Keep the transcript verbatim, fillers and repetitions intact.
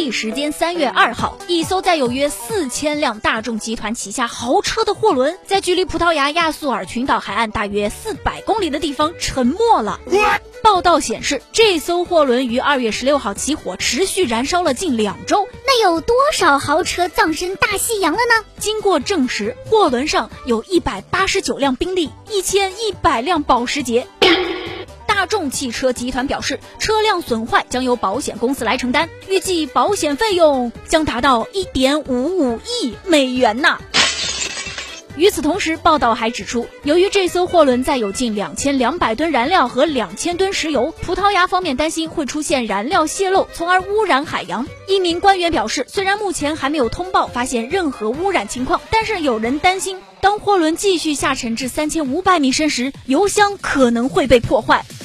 地时间三月二号，一艘载有约四千辆大众集团旗下豪车的货轮，在距离葡萄牙亚速尔群岛海岸大约四百公里的地方沉没了。报道显示，这艘货轮于二月十六号起火，持续燃烧了近两周。 那有多少豪车葬身大西洋了呢？ 经过证实，货轮上有一百八十九辆宾利，一千一百辆保时捷。大众汽车集团表示，车辆损坏将由保险公司来承担，预计保险费用将达到 一点五五亿美元呐。与此同时，报道还指出，由于这艘货轮载有近两千两百吨燃料和两千吨石油，葡萄牙方面担心会出现燃料泄漏，从而污染海洋。一名官员表示，虽然目前还没有通报发现任何污染情况，但是有人担心，当货轮继续下沉至三千五百米深时，油箱可能会被破坏。